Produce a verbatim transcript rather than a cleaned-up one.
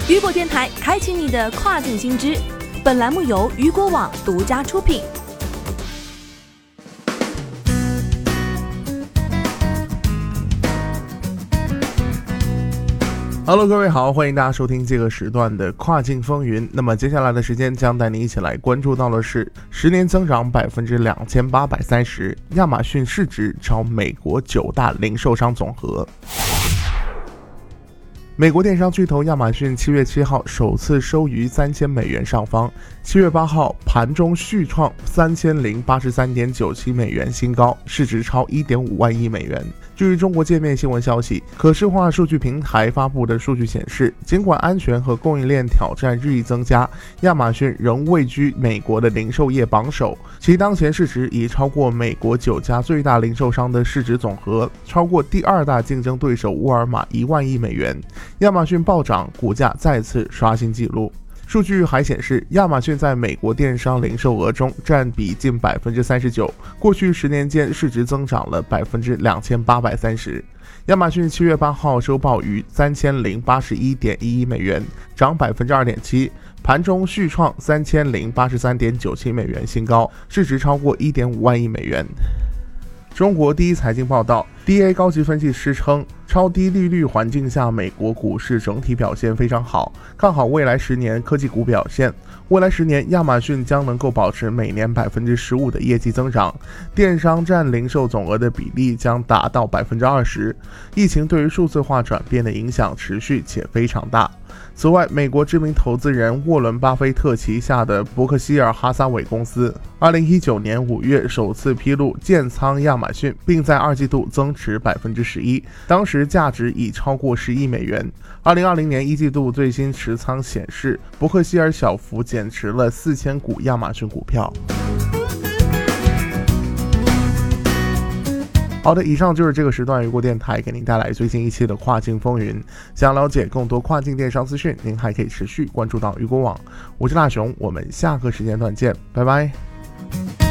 雨果电台开启你的跨境新知，本栏目由雨果网独家出品。 Hello， 各位好，欢迎大家收听这个时段的跨境风云。那么接下来的时间将带你一起来关注到的是，十年增长百分之两千八百三十，亚马逊市值超美国九大零售商总和。美国电商巨头亚马逊七月七号首次收于三千美元上方，七月八号盘中续创三千零八十三点九七美元新高，市值超一点五万亿美元。据中国界面新闻消息，可视化数据平台发布的数据显示，尽管安全和供应链挑战日益增加，亚马逊仍位居美国的零售业榜首，其当前市值已超过美国九家最大零售商的市值总和，超过第二大竞争对手沃尔玛一万亿美元。亚马逊暴涨，股价再次刷新纪录。数据还显示，亚马逊在美国电商零售额中占比近 百分之三十九， 过去十年间市值增长了 百分之两千八百三十。亚马逊七月八号收报于三千零八十一点一亿美元，涨 百分之二点七， 盘中续创三千零八十三点九七美元新高，市值超过一点五万亿美元。中国第一财经报道 ，D A 高级分析师称，超低利率环境下，美国股市整体表现非常好，看好未来十年科技股表现。未来十年，亚马逊将能够保持每年 百分之十五 的业绩增长，电商占零售总额的比例将达到 百分之二十。疫情对于数字化转变的影响持续且非常大。此外，美国知名投资人沃伦·巴菲特旗下的伯克希尔哈撒韦公司，二零一九年五月首次披露建仓亚马逊，并在二季度增持 百分之十一， 当时价值已超过十亿美元。二零二零年一季度最新持仓显示，伯克希尔小幅减持了四千股亚马逊股票。好的，以上就是这个时段雨果电台给您带来最新一期的跨境风云。想了解更多跨境电商资讯，您还可以持续关注到雨果网。我是大熊，我们下个时间段见，拜拜。